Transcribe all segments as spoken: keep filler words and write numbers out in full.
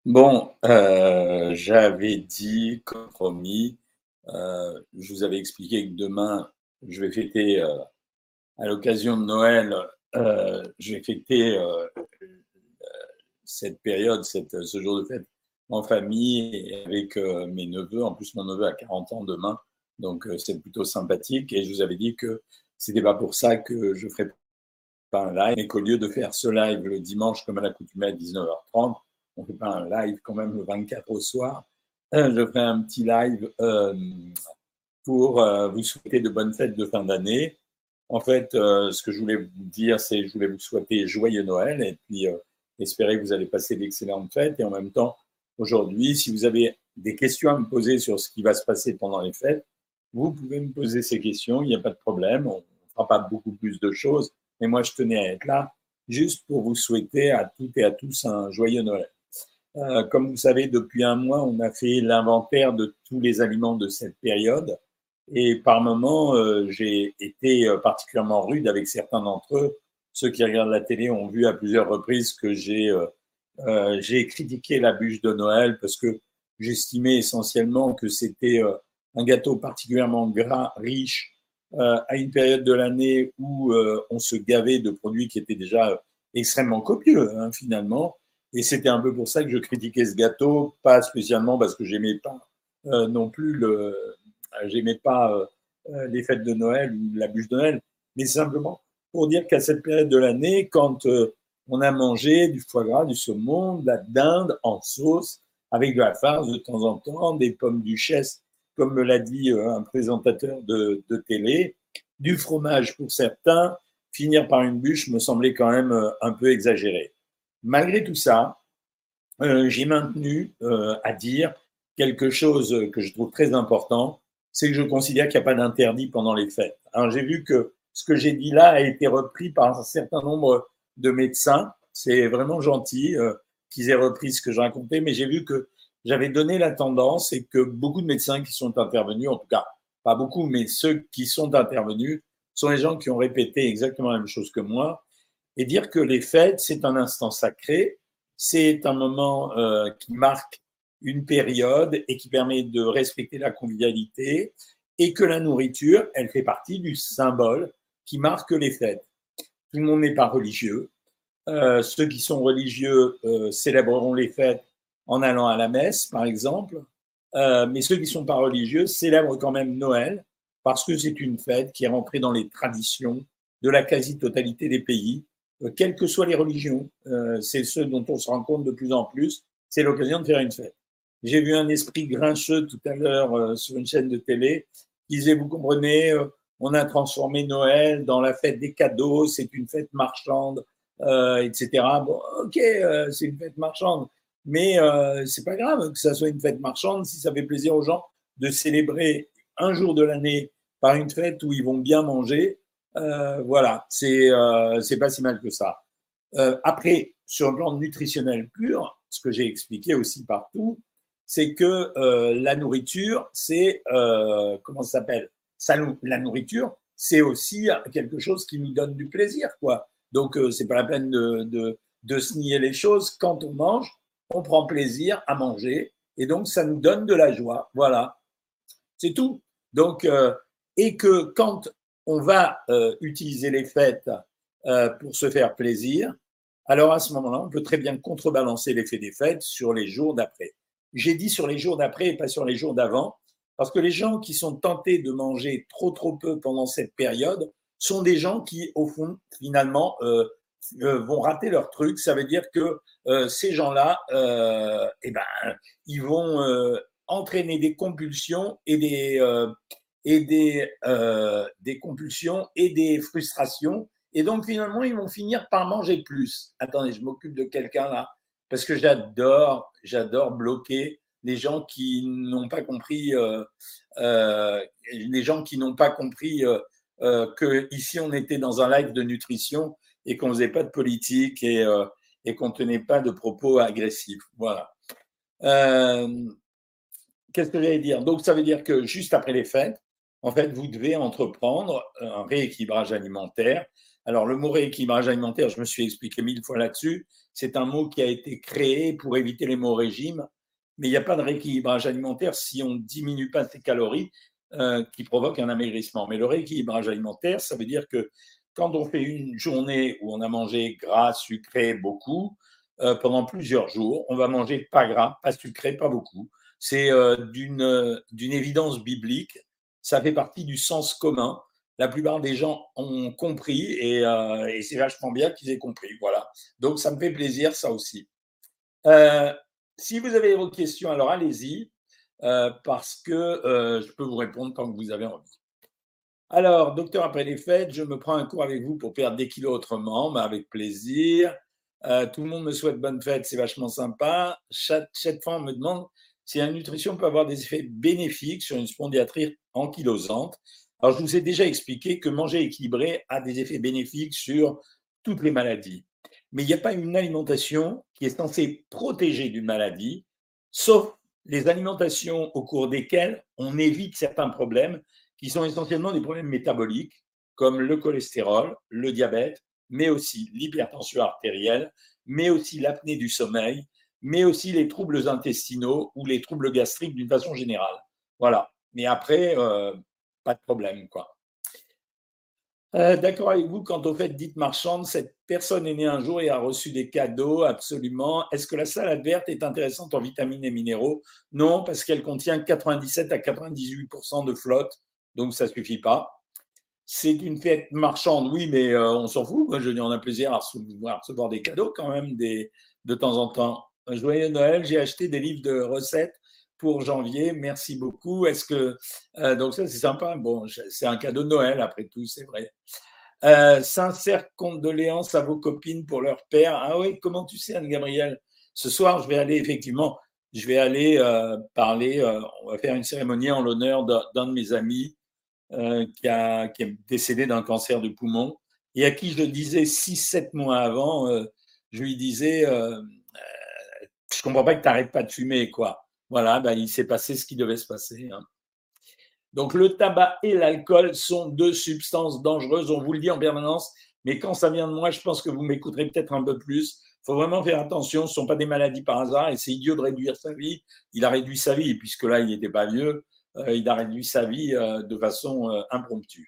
Bon, heu, j'avais dit, comme promis, heu, je vous avais expliqué que demain, je vais fêter, heu, à l'occasion de Noël, heu, je vais fêter, heu, cette période, cette ce jour de fête en famille et avec, heu, mes neveux. En plus, mon neveu a quarante ans demain, donc heu, c'est plutôt sympathique et je vous avais dit que c'était pas pour ça que je ferais pas un live et qu'au lieu de faire ce live le dimanche comme à l'accoutumée à dix-neuf heures trente, on ne fait pas un live quand même le vingt-quatre au soir. Euh, je ferai un petit live euh, pour euh, vous souhaiter de bonnes fêtes de fin d'année. En fait, euh, ce que je voulais vous dire, c'est que je voulais vous souhaiter joyeux Noël et puis euh, espérer que vous allez passer d'excellentes fêtes. Et en même temps, aujourd'hui, si vous avez des questions à me poser sur ce qui va se passer pendant les fêtes, vous pouvez me poser ces questions, il n'y a pas de problème. On ne fera pas beaucoup plus de choses. Mais moi, je tenais à être là juste pour vous souhaiter à toutes et à tous un joyeux Noël. Euh, comme vous savez, depuis un mois, on a fait l'inventaire de tous les aliments de cette période. Et par moments, euh, j'ai été euh, particulièrement rude avec certains d'entre eux. Ceux qui regardent la télé ont vu à plusieurs reprises que j'ai euh, euh, j'ai critiqué la bûche de Noël parce que j'estimais essentiellement que c'était euh, un gâteau particulièrement gras, riche, euh, à une période de l'année où euh, on se gavait de produits qui étaient déjà extrêmement copieux, hein, finalement. Et c'était un peu pour ça que je critiquais ce gâteau, pas spécialement parce que j'aimais pas euh, non plus le, j'aimais pas euh, les fêtes de Noël ou la bûche de Noël, mais simplement pour dire qu'à cette période de l'année, quand euh, on a mangé du foie gras, du saumon, de la dinde en sauce, avec de la farce de temps en temps, des pommes duchesse, comme me l'a dit euh, un présentateur de, de télé, du fromage pour certains, finir par une bûche me semblait quand même euh, un peu exagéré. Malgré tout ça, euh, j'ai maintenu euh, à dire quelque chose que je trouve très important, c'est que je considère qu'il n'y a pas d'interdit pendant les fêtes. Alors j'ai vu que ce que j'ai dit là a été repris par un certain nombre de médecins. C'est vraiment gentil euh, qu'ils aient repris ce que je racontais, mais j'ai vu que j'avais donné la tendance et que beaucoup de médecins qui sont intervenus, en tout cas pas beaucoup, mais ceux qui sont intervenus, sont les gens qui ont répété exactement la même chose que moi et dire que les fêtes, c'est un instant sacré, c'est un moment euh, qui marque une période et qui permet de respecter la convivialité et que la nourriture, elle fait partie du symbole qui marque les fêtes. Tout le monde n'est pas religieux. Euh, ceux qui sont religieux euh, célébreront les fêtes en allant à la messe, par exemple. Euh, mais ceux qui ne sont pas religieux célèbrent quand même Noël parce que c'est une fête qui est rentrée dans les traditions de la quasi-totalité des pays, euh, quelles que soient les religions. Euh, c'est ce dont on se rend compte de plus en plus. C'est l'occasion de faire une fête. J'ai vu un esprit grincheux tout à l'heure euh, sur une chaîne de télé qui disait, vous comprenez, euh, on a transformé Noël dans la fête des cadeaux, c'est une fête marchande, euh, et cetera. Bon, ok, euh, c'est une fête marchande, mais euh, c'est pas grave que ça soit une fête marchande si ça fait plaisir aux gens de célébrer un jour de l'année par une fête où ils vont bien manger. Euh, voilà, c'est euh, c'est pas si mal que ça. Euh, après, sur le plan nutritionnel pur, ce que j'ai expliqué aussi partout, c'est que euh, la nourriture, c'est euh, comment ça s'appelle ça, la nourriture, c'est aussi quelque chose qui nous donne du plaisir, quoi. Donc, euh, c'est pas la peine de, de, de se nier les choses. Quand on mange, on prend plaisir à manger, et donc ça nous donne de la joie. Voilà, c'est tout. Donc, euh, et que quand on va euh, utiliser les fêtes euh, pour se faire plaisir, alors à ce moment-là, on peut très bien contrebalancer l'effet des fêtes sur les jours d'après. J'ai dit sur les jours d'après et pas sur les jours d'avant, parce que les gens qui sont tentés de manger trop trop peu pendant cette période sont des gens qui, au fond, finalement, euh, euh, vont rater leur truc. Ça veut dire que euh, ces gens-là, euh, eh ben, ils vont euh, entraîner des compulsions et des euh, et des euh, des compulsions et des frustrations et donc finalement ils vont finir par manger plus. Attendez, je m'occupe de quelqu'un là parce que j'adore j'adore bloquer les gens qui n'ont pas compris euh, euh, les gens qui n'ont pas compris euh, euh, que ici on était dans un live de nutrition et qu'on faisait pas de politique et euh, et qu'on tenait pas de propos agressifs. Voilà. Euh, Qu'est-ce que j'allais dire? Donc, ça veut dire que juste après les fêtes, en fait, vous devez entreprendre un rééquilibrage alimentaire Alors, le mot rééquilibrage alimentaire, je me suis expliqué mille fois là-dessus. C'est un mot qui a été créé pour éviter les mots régime, mais il n'y a pas de rééquilibrage alimentaire si on ne diminue pas ses calories euh, qui provoquent un amaigrissement. Mais le rééquilibrage alimentaire, ça veut dire que quand on fait une journée où on a mangé gras, sucré, beaucoup, euh, pendant plusieurs jours, on va manger pas gras, pas sucré, pas beaucoup. C'est euh, d'une, d'une évidence biblique. Ça fait partie du sens commun. La plupart des gens ont compris et, euh, et c'est vachement bien qu'ils aient compris. Voilà. Donc, ça me fait plaisir, ça aussi. Euh, si vous avez vos questions, alors allez-y, euh, parce que euh, je peux vous répondre tant que vous avez envie. Alors, docteur, après les fêtes, je me prends un cours avec vous pour perdre des kilos autrement, mais avec plaisir. Euh, tout le monde me souhaite bonne fête, c'est vachement sympa. Chaque, chaque fois, on me demande si la nutrition peut avoir des effets bénéfiques sur une spondylarthrite ankylosante. Alors, je vous ai déjà expliqué que manger équilibré a des effets bénéfiques sur toutes les maladies. Mais il n'y a pas une alimentation qui est censée protéger d'une maladie, sauf les alimentations au cours desquelles on évite certains problèmes qui sont essentiellement des problèmes métaboliques, comme le cholestérol, le diabète, mais aussi l'hypertension artérielle, mais aussi l'apnée du sommeil, mais aussi les troubles intestinaux ou les troubles gastriques d'une façon générale. Voilà. Mais après, euh, pas de problème, quoi. Euh, D'accord avec vous quant au fait dites marchande, cette personne est née un jour et a reçu des cadeaux, absolument. Est-ce que la salade verte est intéressante en vitamines et minéraux? Non, parce qu'elle contient quatre-vingt-dix-sept à quatre-vingt-dix-huit pour cent de flotte, donc ça ne suffit pas. C'est une fête marchande, oui, mais euh, on s'en fout. Moi, je dis, on a plaisir à recevoir, recevoir des cadeaux quand même des, de temps en temps. Joyeux Noël, j'ai acheté des livres de recettes pour janvier. Merci beaucoup. Est-ce que euh, donc ça c'est sympa. Bon, c'est un cadeau de Noël après tout, c'est vrai. Euh, sincère condoléances à vos copines pour leur père. Ah oui, comment tu sais, Anne-Gabrielle? Ce soir, je vais aller effectivement, je vais aller euh, parler. Euh, on va faire une cérémonie en l'honneur d'un de mes amis euh, qui, a, qui est décédé d'un cancer du poumon et à qui je le disais six, sept mois avant, euh, je lui disais, euh, je comprends pas que tu n'arrêtes pas de fumer, quoi. Voilà, ben, il s'est passé ce qui devait se passer. Hein. Donc, le tabac et l'alcool sont deux substances dangereuses, on vous le dit en permanence, mais quand ça vient de moi, je pense que vous m'écouterez peut-être un peu plus. Il faut vraiment faire attention, ce ne sont pas des maladies par hasard et c'est idiot de réduire sa vie. Il a réduit sa vie, puisque là, il n'était pas vieux, euh, il a réduit sa vie euh, de façon euh, impromptue.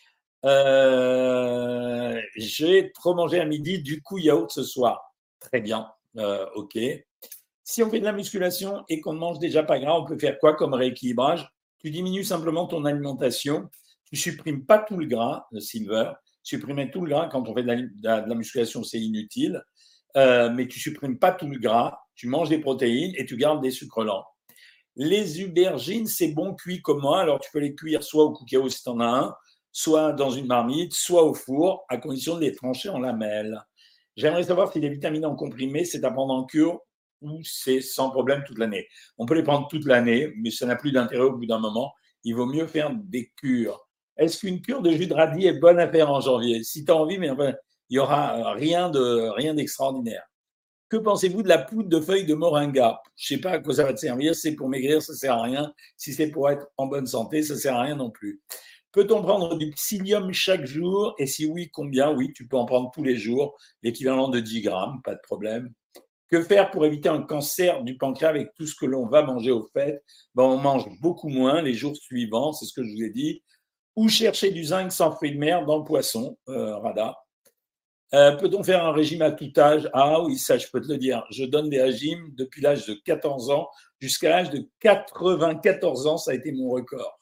Euh, j'ai trop mangé à midi, du coup, yaourt ce soir. Très bien, euh, ok. Si on fait de la musculation et qu'on ne mange déjà pas gras, on peut faire quoi comme rééquilibrage? Tu diminues simplement ton alimentation. Tu supprimes pas tout le gras, le silver. Supprimer tout le gras quand on fait de la, de la musculation, c'est inutile. Euh, mais tu supprimes pas tout le gras. Tu manges des protéines et tu gardes des sucres lents. Les aubergines, c'est bon cuit comment? Alors, tu peux les cuire soit au cookéo si tu en as un, soit dans une marmite, soit au four, à condition de les trancher en lamelles. J'aimerais savoir si les vitamines en comprimé, c'est à prendre en cure ou c'est sans problème toute l'année. On peut les prendre toute l'année, mais ça n'a plus d'intérêt au bout d'un moment. Il vaut mieux faire des cures. Est-ce qu'une cure de jus de radis est bonne à faire en janvier? Si tu as envie, mais enfin, il n'y aura rien, de, rien d'extraordinaire. Que pensez-vous de la poudre de feuilles de moringa? Je ne sais pas à quoi ça va te servir. C'est pour maigrir, ça ne sert à rien. Si c'est pour être en bonne santé, ça ne sert à rien non plus. Peut-on prendre du psyllium chaque jour? Et si oui, combien? Oui, tu peux en prendre tous les jours, l'équivalent de dix grammes, pas de problème. Que faire pour éviter un cancer du pancréas avec tout ce que l'on va manger au fait? Ben, on mange beaucoup moins les jours suivants, c'est ce que je vous ai dit. Ou chercher du zinc sans fruits de mer dans le poisson, euh, Rada. Euh, peut-on faire un régime à tout âge? Ah oui, ça, je peux te le dire. Je donne des régimes depuis l'âge de quatorze ans jusqu'à l'âge de quatre-vingt-quatorze ans. Ça a été mon record.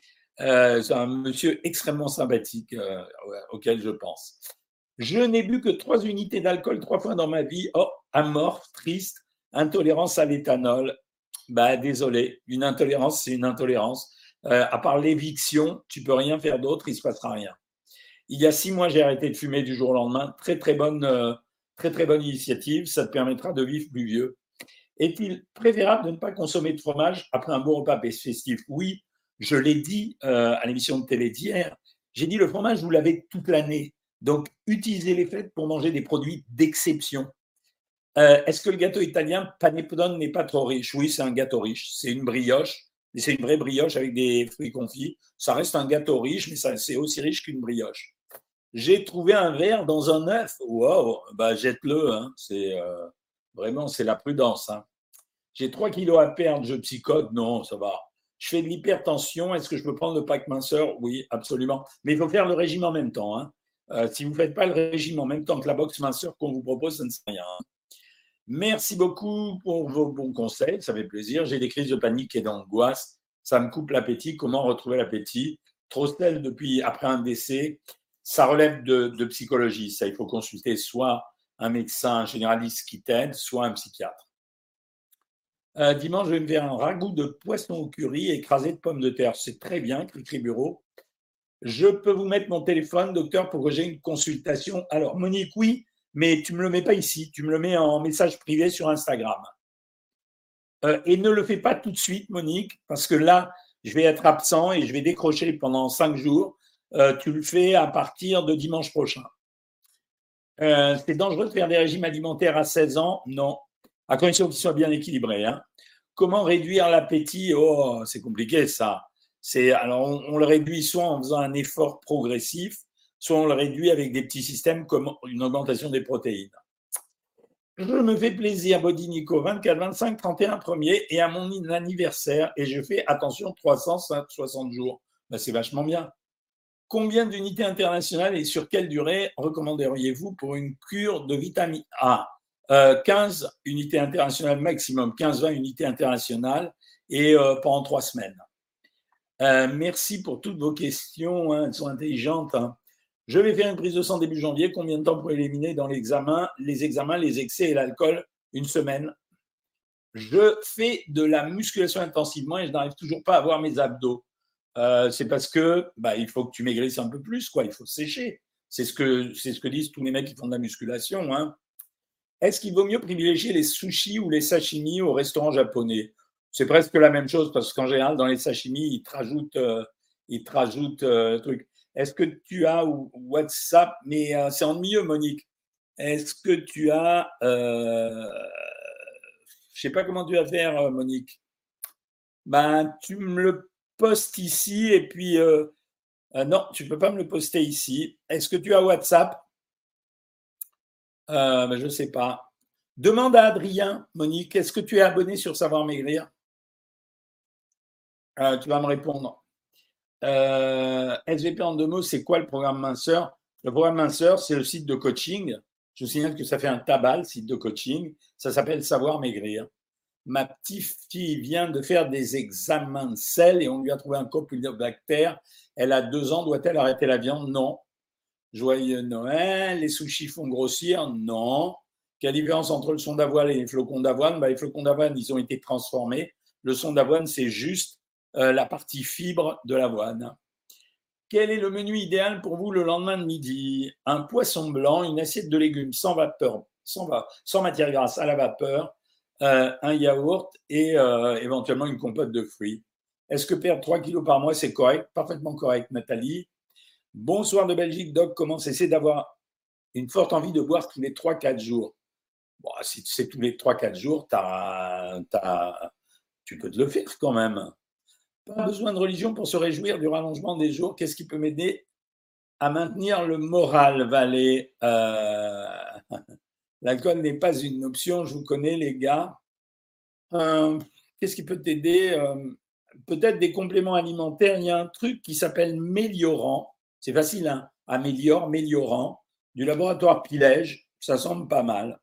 Euh, c'est un monsieur extrêmement sympathique euh, auquel je pense. Je n'ai bu que trois unités d'alcool trois fois dans ma vie. Oh, amorphe, triste, intolérance à l'éthanol. Bah, désolé, une intolérance, c'est une intolérance. Euh, à part l'éviction, tu peux rien faire d'autre, il ne se passera rien. Il y a six mois, j'ai arrêté de fumer du jour au lendemain. Très, très bonne, euh, très, très bonne initiative. Ça te permettra de vivre plus vieux. Est-il préférable de ne pas consommer de fromage après un bon repas festif? Oui, je l'ai dit euh, à l'émission de télé d'hier. J'ai dit le fromage, vous l'avez toute l'année. Donc, utilisez les fêtes pour manger des produits d'exception. Euh, est-ce que le gâteau italien panettone n'est pas trop riche? Oui, c'est un gâteau riche. C'est une brioche. Et c'est une vraie brioche avec des fruits confits. Ça reste un gâteau riche, mais ça, c'est aussi riche qu'une brioche. J'ai trouvé un verre dans un œuf. Wow, bah jette-le. Hein. C'est euh, vraiment, c'est la prudence. Hein. J'ai trois kilos à perdre, je psychote. Non, ça va. Je fais de l'hypertension. Est-ce que je peux prendre le pack minceur? Oui, absolument. Mais il faut faire le régime en même temps. Hein. Euh, si vous ne faites pas le régime en même temps que la box minceur qu'on vous propose, ça ne sert à rien. Hein. Merci beaucoup pour vos bons conseils. Ça fait plaisir. J'ai des crises de panique et d'angoisse. Ça me coupe l'appétit. Comment retrouver l'appétit? Trop sel depuis après un décès. Ça relève de, de psychologie. Ça, il faut consulter soit un médecin généraliste qui t'aide, soit un psychiatre. Euh, dimanche, je vais me faire un ragoût de poisson au curry écrasé de pommes de terre. C'est très bien, Cricri Bureau. Je peux vous mettre mon téléphone, docteur, pour que j'ai une consultation. Alors, Monique, oui, mais tu ne me le mets pas ici. Tu me le mets en message privé sur Instagram. Euh, et ne le fais pas tout de suite, Monique, parce que là, je vais être absent et je vais décrocher pendant cinq jours. Euh, tu le fais à partir de dimanche prochain. Euh, c'est dangereux de faire des régimes alimentaires à seize ans? Non, à condition qu'ils soient bien équilibrés. Hein. Comment réduire l'appétit? Oh, c'est compliqué ça. C'est, alors, on, on le réduit soit en faisant un effort progressif, soit on le réduit avec des petits systèmes comme une augmentation des protéines. Je me fais plaisir, Body Nico, vingt-quatre, vingt-cinq, trente et un premier et à mon anniversaire, et je fais, attention, trois cent soixante jours. Ben, c'est vachement bien. Combien d'unités internationales et sur quelle durée recommanderiez-vous pour une cure de vitamine A? euh, quinze unités internationales maximum, quinze à vingt unités internationales et euh, pendant trois semaines. Euh, merci pour toutes vos questions, hein, elles sont intelligentes. Hein. Je vais faire une prise de sang début janvier. Combien de temps pour éliminer dans l'examen, les examens, les excès et l'alcool? Une semaine. Je fais de la musculation intensivement et je n'arrive toujours pas à voir mes abdos. Euh, c'est parce que bah, il faut que tu maigrisses un peu plus, quoi. Il faut sécher. C'est ce que c'est ce que disent tous les mecs qui font de la musculation. Hein. Est-ce qu'il vaut mieux privilégier les sushis ou les sashimi au restaurant japonais? C'est presque la même chose parce qu'en général, dans les sashimi, ils te rajoutent, euh, ils te rajoutent euh, truc. Est-ce que tu as ou, WhatsApp? Mais euh, c'est ennuyeux, Monique. Est-ce que tu as euh, je sais pas comment tu vas faire, Monique. Ben, tu me le postes ici et puis euh, euh, non, tu ne peux pas me le poster ici. Est-ce que tu as WhatsApp? euh, ben, Je ne sais pas. Demande à Adrien, Monique, est-ce que tu es abonné sur Savoir Maigrir? euh, Tu vas me répondre. Euh, S V P en deux mots, c'est quoi le programme minceur? Le programme minceur, c'est le site de coaching. Je vous signale que ça fait un tabac, le site de coaching. Ça s'appelle Savoir Maigrir. Ma petite fille vient de faire des examens de sel et on lui a trouvé un Campylobacter. Elle a deux ans, doit-elle arrêter la viande? Non. Joyeux Noël, les sushis font grossir? Non. Quelle différence entre le son d'avoine et les flocons d'avoine? Ben, les flocons d'avoine, ils ont été transformés. Le son d'avoine, c'est juste euh, la partie fibre de l'avoine. Quel est le menu idéal pour vous le lendemain de midi? Un poisson blanc, une assiette de légumes sans vapeur, sans, va, sans matière grasse à la vapeur, euh, un yaourt et euh, éventuellement une compote de fruits. Est-ce que perdre trois kilos par mois, c'est correct? Parfaitement correct, Nathalie. Bonsoir de Belgique, Doc. Comment cesser d'avoir une forte envie de boire tous les trois quatre jours? Bon, si c'est tous les trois quatre jours, t'as, t'as, tu peux te le faire quand même. Pas besoin de religion pour se réjouir du rallongement des jours. Qu'est-ce qui peut m'aider à maintenir le moral, Valé? euh... L'alcool n'est pas une option, je vous connais, les gars. Euh, Qu'est-ce qui peut t'aider? euh, Peut-être des compléments alimentaires. Il y a un truc qui s'appelle Méliorant. C'est facile, hein? Améliore, Méliorant, du laboratoire Pilège. Ça semble pas mal.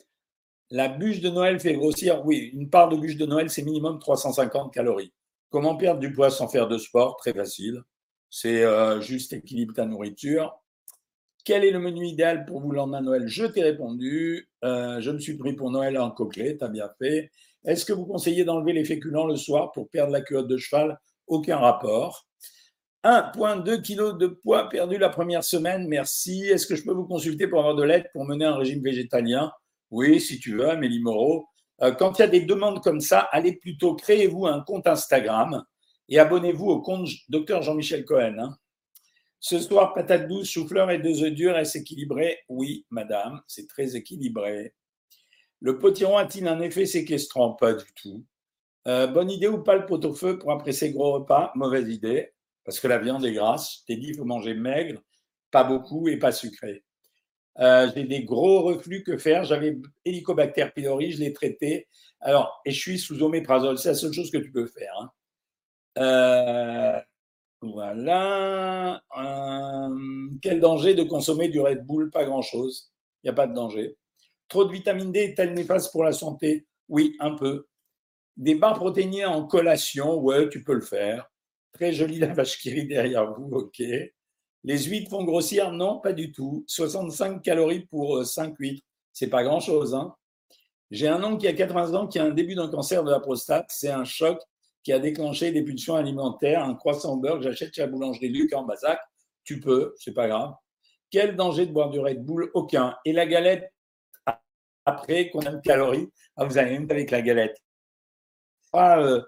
La bûche de Noël fait grossir. Oui, une part de bûche de Noël, c'est minimum trois cent cinquante calories. Comment perdre du poids sans faire de sport? Très facile. C'est euh, juste équilibre ta nourriture. Quel est le menu idéal pour vous le lendemain de Noël? Je t'ai répondu. Euh, je me suis pris pour Noël en coquelet, t'as bien fait. Est-ce que vous conseillez d'enlever les féculents le soir pour perdre la culotte de cheval? Aucun rapport. un virgule deux kilos de poids perdu la première semaine, merci. Est-ce que je peux vous consulter pour avoir de l'aide pour mener un régime végétalien? Oui, si tu veux, Amélie Moreau. Euh, quand il y a des demandes comme ça, allez plutôt, créez-vous un compte Instagram et abonnez-vous au compte Docteur Jean-Michel Cohen. Hein. Ce soir, patate douce, chou-fleur et deux œufs durs, est-ce équilibré? Oui, madame, c'est très équilibré. Le potiron a-t-il un effet séquestrant? Pas du tout. Euh, bonne idée ou pas le pot-au-feu pour apprécier gros repas? Mauvaise idée, parce que la viande est grasse. Je t'ai dit, il faut manger maigre, pas beaucoup et pas sucré. Euh, j'ai des gros reflux, que faire? J'avais Helicobacter pylori, je l'ai traité. Alors, et je suis sous oméprazole, c'est la seule chose que tu peux faire. Hein. Euh, voilà. Euh, quel danger de consommer du Red Bull? Pas grand-chose. Il n'y a pas de danger. Trop de vitamine D est-elle néfaste pour la santé? Oui, un peu. Des barres protéinées en collation, ouais, tu peux le faire. Très jolie la vache qui rit derrière vous, ok. Les huîtres font grossir? Non, pas du tout. soixante-cinq calories pour cinq huîtres, c'est pas grand-chose. Hein. J'ai un oncle qui a quatre-vingts ans qui a un début d'un cancer de la prostate. C'est un choc qui a déclenché des pulsions alimentaires. Un croissant au beurre que j'achète chez la boulangerie Luc en Bazac. Tu peux, c'est pas grave. Quel danger de boire du Red Bull? Aucun. Et la galette, après, combien de calories? Ah, vous allez même avec la galette. Ah, euh,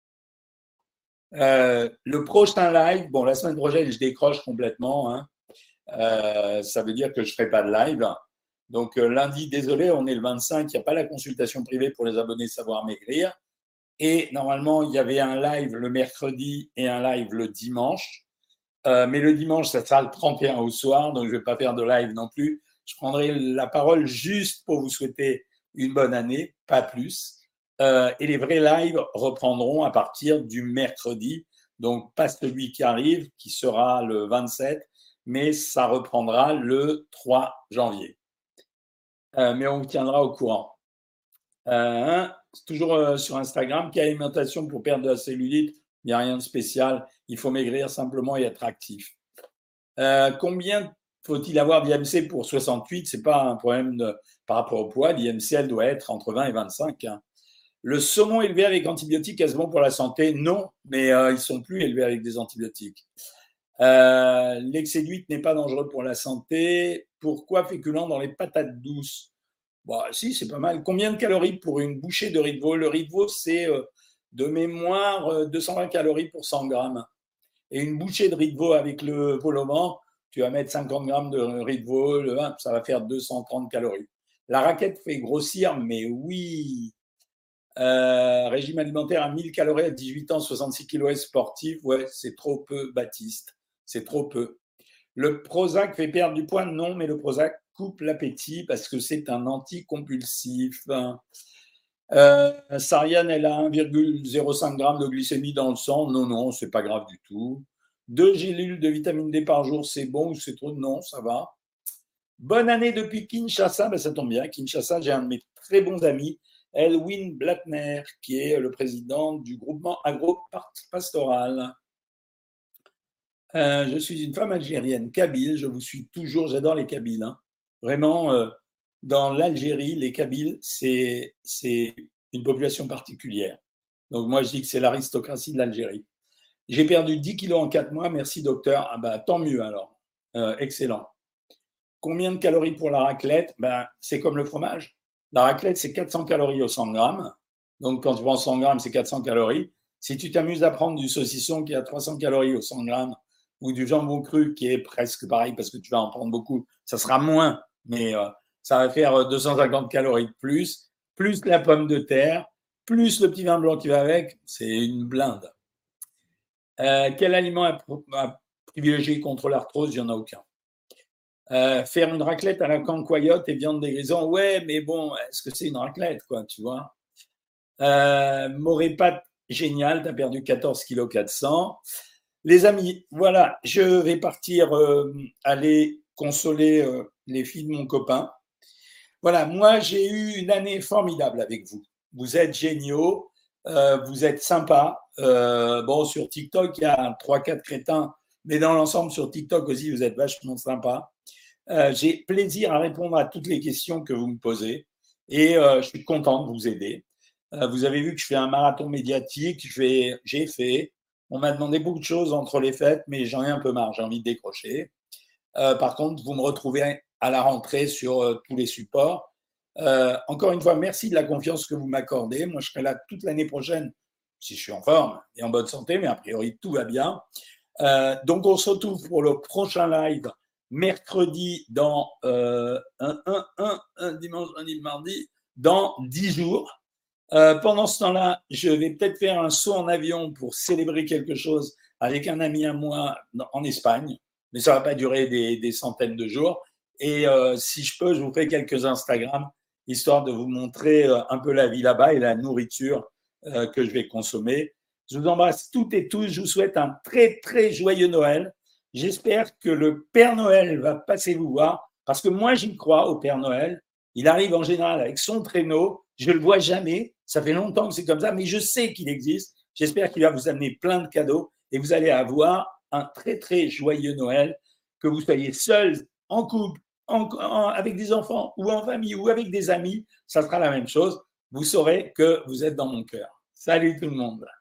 euh, le prochain live, bon, la semaine prochaine, je décroche complètement. Hein. Euh, ça veut dire que je ne ferai pas de live. Donc, euh, lundi, désolé, on est le vingt-cinq, il n'y a pas la consultation privée pour les abonnés Savoir Maigrir. Et normalement, il y avait un live le mercredi et un live le dimanche. Euh, mais le dimanche, ça sera le trente et un au soir, donc je ne vais pas faire de live non plus. Je prendrai la parole juste pour vous souhaiter une bonne année, pas plus. Euh, et les vrais lives reprendront à partir du mercredi, donc pas celui qui arrive, qui sera le vingt-sept, mais ça reprendra le trois janvier. Euh, mais on vous tiendra au courant. Euh, toujours euh, sur Instagram, quelle alimentation pour perdre de la cellulite? Il n'y a rien de spécial. Il faut maigrir simplement et être actif. Euh, combien faut-il avoir d'I M C pour soixante-huit? Ce n'est pas un problème de, par rapport au poids. L'I M C, elle doit être entre vingt et vingt-cinq. Hein. Le saumon élevé avec antibiotiques, est-ce bon pour la santé? Non, mais euh, ils ne sont plus élevés avec des antibiotiques. Euh, L'excès d'huile n'est pas dangereux pour la santé. Pourquoi féculent dans les patates douces? Bon, si, c'est pas mal. Combien de calories pour une bouchée de riz de veau? Le riz de veau, c'est euh, de mémoire euh, deux cent vingt calories pour cent grammes. Et une bouchée de riz de veau avec le vol au vent, tu vas mettre cinquante grammes de riz de veau, le vin, ça va faire deux cent trente calories. La raquette fait grossir, mais oui. Euh, régime alimentaire à mille calories à dix-huit ans, soixante-six kilos sportif, ouais, c'est trop peu, Baptiste. C'est trop peu. Le Prozac fait perdre du poids? Non, mais le Prozac coupe l'appétit parce que c'est un anticompulsif. Euh, Sariane, elle a un virgule zéro cinq g de glycémie dans le sang. Non, non, c'est pas grave du tout. Deux gélules de vitamine D par jour, c'est bon ou c'est trop? Non, ça va. Bonne année depuis Kinshasa. Ben, ça tombe bien. Kinshasa, j'ai un de mes très bons amis, Elwin Blattner, qui est le président du groupement agro-pastoral. Euh, je suis une femme algérienne, kabyle. Je vous suis toujours. J'adore les Kabyles. Hein. Vraiment, euh, dans l'Algérie, les Kabyles, c'est, c'est une population particulière. Donc, moi, je dis que c'est l'aristocratie de l'Algérie. J'ai perdu dix kilos en quatre mois. Merci, docteur. Ah bah, tant mieux alors. Euh, excellent. Combien de calories pour la raclette? Ben, c'est comme le fromage. La raclette, c'est quatre cents calories au cent grammes. Donc, quand tu prends cent grammes, c'est quatre cents calories. Si tu t'amuses à prendre du saucisson qui a trois cents calories au cent grammes ou du jambon cru qui est presque pareil parce que tu vas en prendre beaucoup, ça sera moins, mais euh, ça va faire deux cent cinquante calories de plus, plus la pomme de terre, plus le petit vin blanc qui va avec, c'est une blinde. Euh, quel aliment à, à privilégier contre l'arthrose? Il n'y en a aucun. Euh, faire une raclette à la cancoyote et viande des grisons, ouais, mais bon, est-ce que c'est une raclette, quoi, tu vois? euh, Morépat, génial, tu as perdu quatorze kilos quatre cents. Les amis, voilà, je vais partir euh, aller consoler euh, les filles de mon copain. Voilà, moi, j'ai eu une année formidable avec vous. Vous êtes géniaux, euh, vous êtes sympas. Euh, bon, sur TikTok, il y a trois quatre crétins, mais dans l'ensemble, sur TikTok aussi, vous êtes vachement sympas. Euh, j'ai plaisir à répondre à toutes les questions que vous me posez et euh, je suis content de vous aider. Euh, vous avez vu que je fais un marathon médiatique, je vais, j'ai fait. On m'a demandé beaucoup de choses entre les fêtes, mais j'en ai un peu marre, j'ai envie de décrocher. Euh, par contre, vous me retrouvez à la rentrée sur euh, tous les supports. Euh, encore une fois, merci de la confiance que vous m'accordez. Moi, je serai là toute l'année prochaine, si je suis en forme et en bonne santé, mais a priori, tout va bien. Euh, donc, on se retrouve pour le prochain live mercredi dans euh, un, un, un, un dimanche, lundi, mardi, dans dix jours. Euh, pendant ce temps-là, je vais peut-être faire un saut en avion pour célébrer quelque chose avec un ami à moi en Espagne. mais ça ne va pas durer des, des centaines de jours. Et euh, si je peux, je vous fais quelques Instagram, histoire de vous montrer euh, un peu la vie là-bas et la nourriture euh, que je vais consommer. Je vous embrasse toutes et tous. Je vous souhaite un très, très joyeux Noël. J'espère que le Père Noël va passer vous voir, parce que moi, j'y crois au Père Noël. Il arrive en général avec son traîneau. Je ne le vois jamais. Ça fait longtemps que c'est comme ça, mais je sais qu'il existe. J'espère qu'il va vous amener plein de cadeaux et vous allez avoir un très, très joyeux Noël. Que vous soyez seul, en couple, en, en, avec des enfants ou en famille ou avec des amis, ça sera la même chose. Vous saurez que vous êtes dans mon cœur. Salut tout le monde.